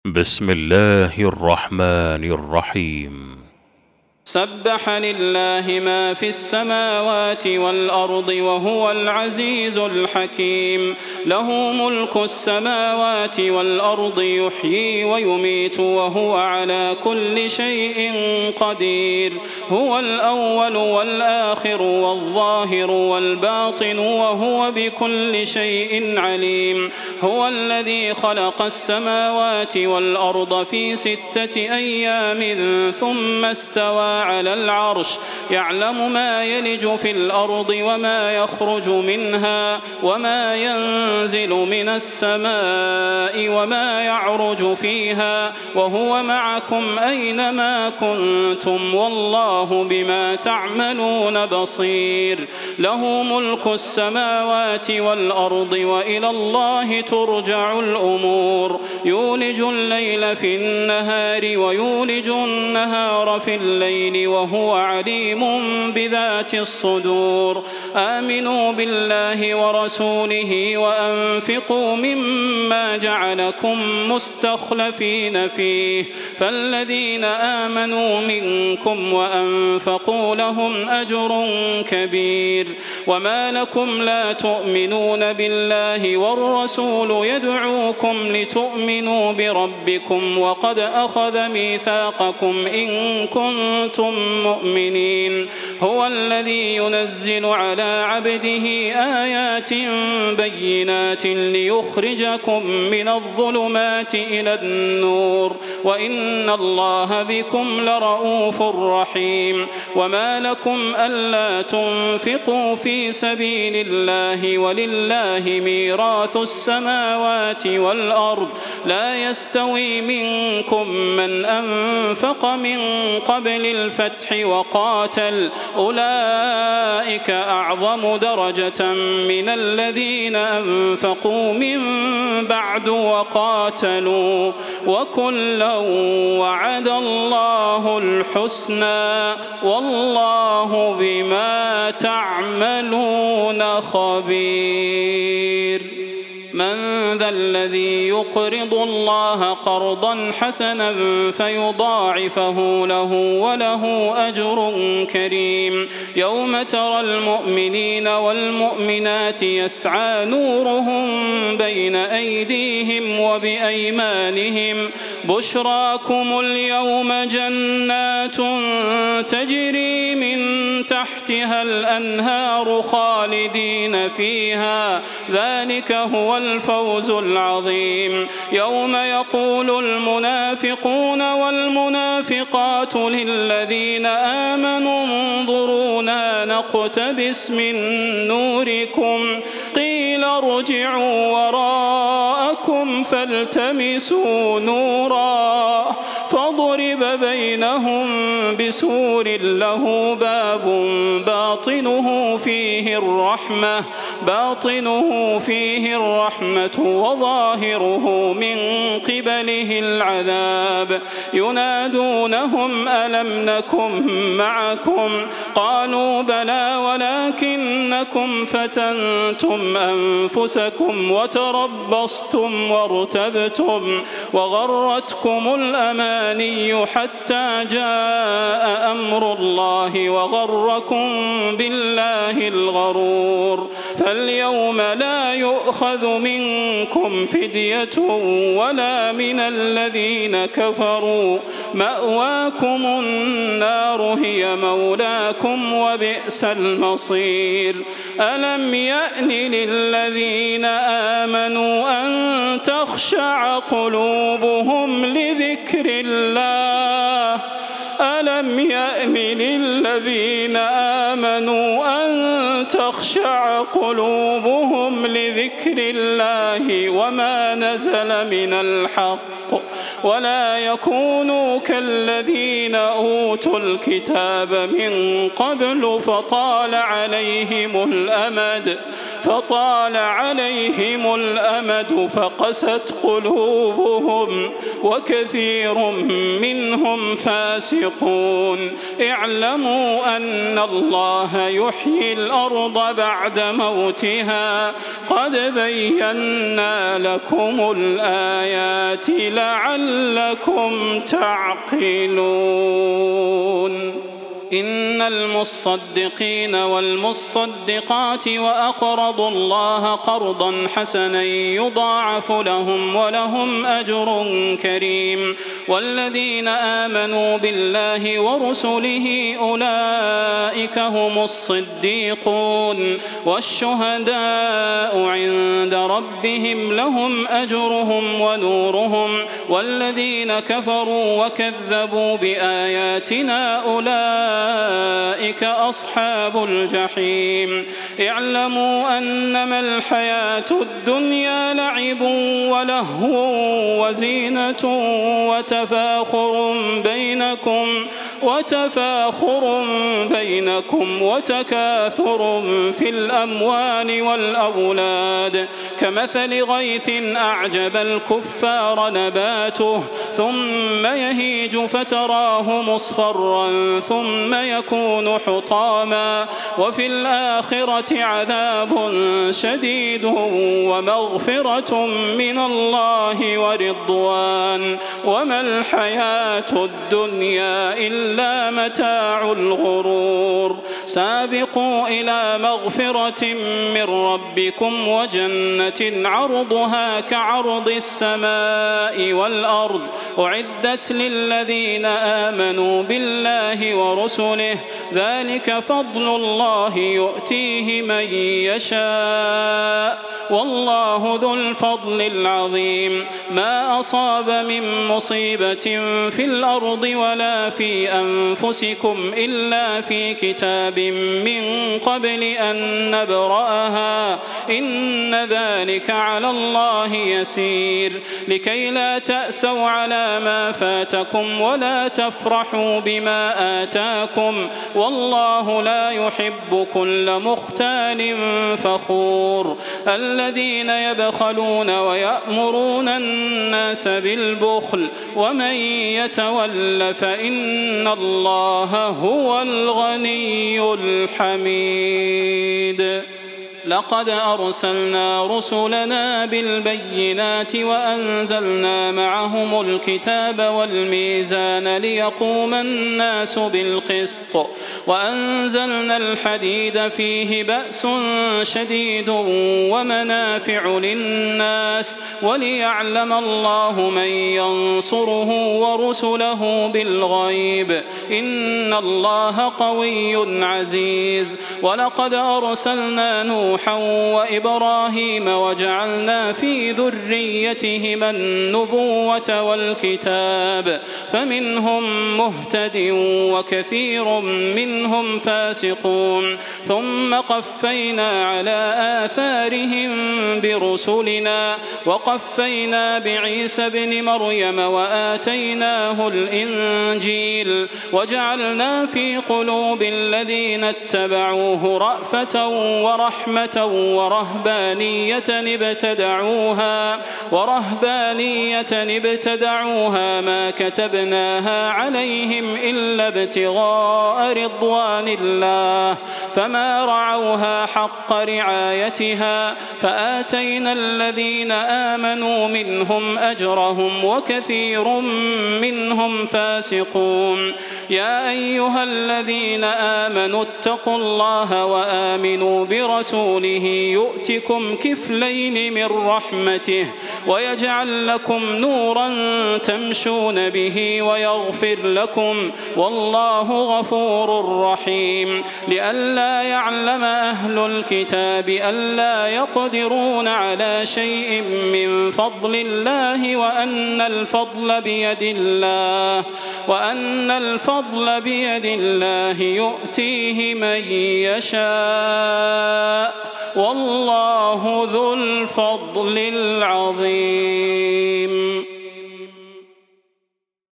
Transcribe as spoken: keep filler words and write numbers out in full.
بسم الله الرحمن الرحيم. سبح لله ما في السماوات والأرض وهو العزيز الحكيم. له ملك السماوات والأرض يحيي ويميت وهو على كل شيء قدير. هو الأول والآخر والظاهر والباطن وهو بكل شيء عليم. هو الذي خلق السماوات والأرض في ستة أيام ثم استوى على العرش يعلم ما يلج في الأرض وما يخرج منها وما ينزل من السماء وما يعرج فيها وهو معكم أينما كنتم والله بما تعملون بصير. له ملك السماوات والأرض وإلى الله ترجع الأمور. يولج الليل في النهار ويولج النهار في الليل وهو عليم بذات الصدور. آمنوا بالله ورسوله وأنفقوا مما جعلكم مستخلفين فيه فالذين آمنوا منكم وأنفقوا لهم أجر كبير. وما لكم لا تؤمنون بالله والرسول يدعوكم لتؤمنوا بربكم وقد أخذ ميثاقكم إن كنتم مؤمنين. هو الذي ينزل على عبده آيات بينات ليخرجكم من الظلمات إلى النور وإن الله بكم لرؤوف رحيم. وما لكم ألا تنفقوا في سبيل الله ولله ميراث السماوات والأرض لا يستوي منكم من أنفق من قبل الفتح وقاتل أولئك أعظم درجة من الذين أنفقوا من بعد وقاتلوا وكلا وعد الله الحسنى والله بما تعملون خبير. من ذا الذي يقرض الله قرضا حسنا فيضاعفه له وله أجر كريم. يوم ترى المؤمنين والمؤمنات يسعى نورهم بين أيديهم وبأيمانهم بشراكم اليوم جنات تجري من تحتها الأنهار خالدين فيها ذلك هو الفوز العظيم. يوم يقول المنافقون والمنافقات للذين آمنوا انظرونا نقتبس من نوركم قيل ارجعوا وراءكم فالتمسوا نورا فضرب بينهم بسور له باب باطنه فيه الرحمة باطنه فيه الرحمة وظاهره من قبله العذاب. ينادونهم ألم نكن معكم قالوا بلى ولكنكم فتنتم أنفسكم وتربصتم وارتبتم وغرتكم الأماني حتى جاء أمر الله وغركم بالله الغرور. فاليوم لا يؤخذ منكم فدية ولا من الذين كفروا مأواكم النار هي مولاكم وبئس المصير. ألم يأن للذين آمنوا أن تخشع قلوبهم لذكر الله ألم يأن للذين آمنوا أن تخشع قلوبهم لذكر الله وما نزل من الحق ولا يكونوا كالذين أوتوا الكتاب من قبل فطال عليهم الأمد فطال عليهم الأمد فقست قلوبهم وكثير منهم فاسقون. اعلموا أن الله يحيي الأرض الأرض بعد موتها قد بينا لكم الآيات لعلكم تعقلون إن المصدقين والمصدقات وأقرضوا الله قرضا حسنا يضاعف لهم ولهم أجر كريم والذين آمنوا بالله ورسله أولئك هم الصديقون والشهداء عند ربهم لهم أجرهم ونورهم والذين كفروا وكذبوا بآياتنا أولئك أولئك أصحاب الجحيم اعلموا أنما الحياة الدنيا لعب ولهو وزينة وتفاخر بينكم وتفاخر بينكم وتكاثر في الأموال والأولاد كمثل غيث أعجب الكفار نباته ثم يهيج فتراه مصفرا ثم يكون حطاما وفي الآخرة عذاب شديد ومغفرة من الله ورضوان وما الحياة الدنيا إلا متاع الغرور سابقوا إلى مغفرة من ربكم وجنة عرضها كعرض السماء والأرض أعدت للذين آمنوا بالله ورسله ذلك فضل الله يؤتيه من يشاء والله ذو الفضل العظيم ما أصاب من مصيبة في الأرض ولا في أنفسكم إلا في كتاب من قبل أن نبرأها إن ذلك على الله يسير لكي لا تأسوا على ما فاتكم ولا تفرحوا بما آتاكم والله لا يحب كل مختال فخور الذين يبخلون ويأمرون الناس بالبخل ومن يتول فإن الله هو الغني الحميد لقد أرسلنا رسلنا بالبينات وأنزلنا معهم الكتاب والميزان ليقوم الناس بالقسط وأنزلنا الحديد فيه بأس شديد ومنافع للناس وليعلم الله من ينصره ورسله بالغيب إن الله قوي عزيز ولقد أرسلنا نوحا وإبراهيم وجعلنا في ذريتهما النبوة والكتاب فمنهم مهتد وكثير منهم فاسقون ثم قفينا على آثارهم برسلنا وقفينا بعيسى ابن مريم وآتيناه الإنجيل وجعلنا في قلوب الذين اتبعوه رأفة ورحمة ورهبانية ابتدعوها ورهبانية ابتدعوها ما كتبناها عليهم إلا ابتغاء رضوان الله فما رعوها حق رعايتها فآتينا الذين آمنوا منهم أجرهم وكثير منهم فاسقون يا أيها الذين آمنوا اتقوا الله وآمنوا برسوله يؤتكم كفلين من رحمته ويجعل لكم نورا تمشون به ويغفر لكم والله غفور رحيم لئلا يعلم أهل الكتاب ألا يقدرون على شيء من فضل الله وأن الفضل بيد الله وأن الفضل بيد الله يؤتيه من يشاء والله ذو الفضل العظيم.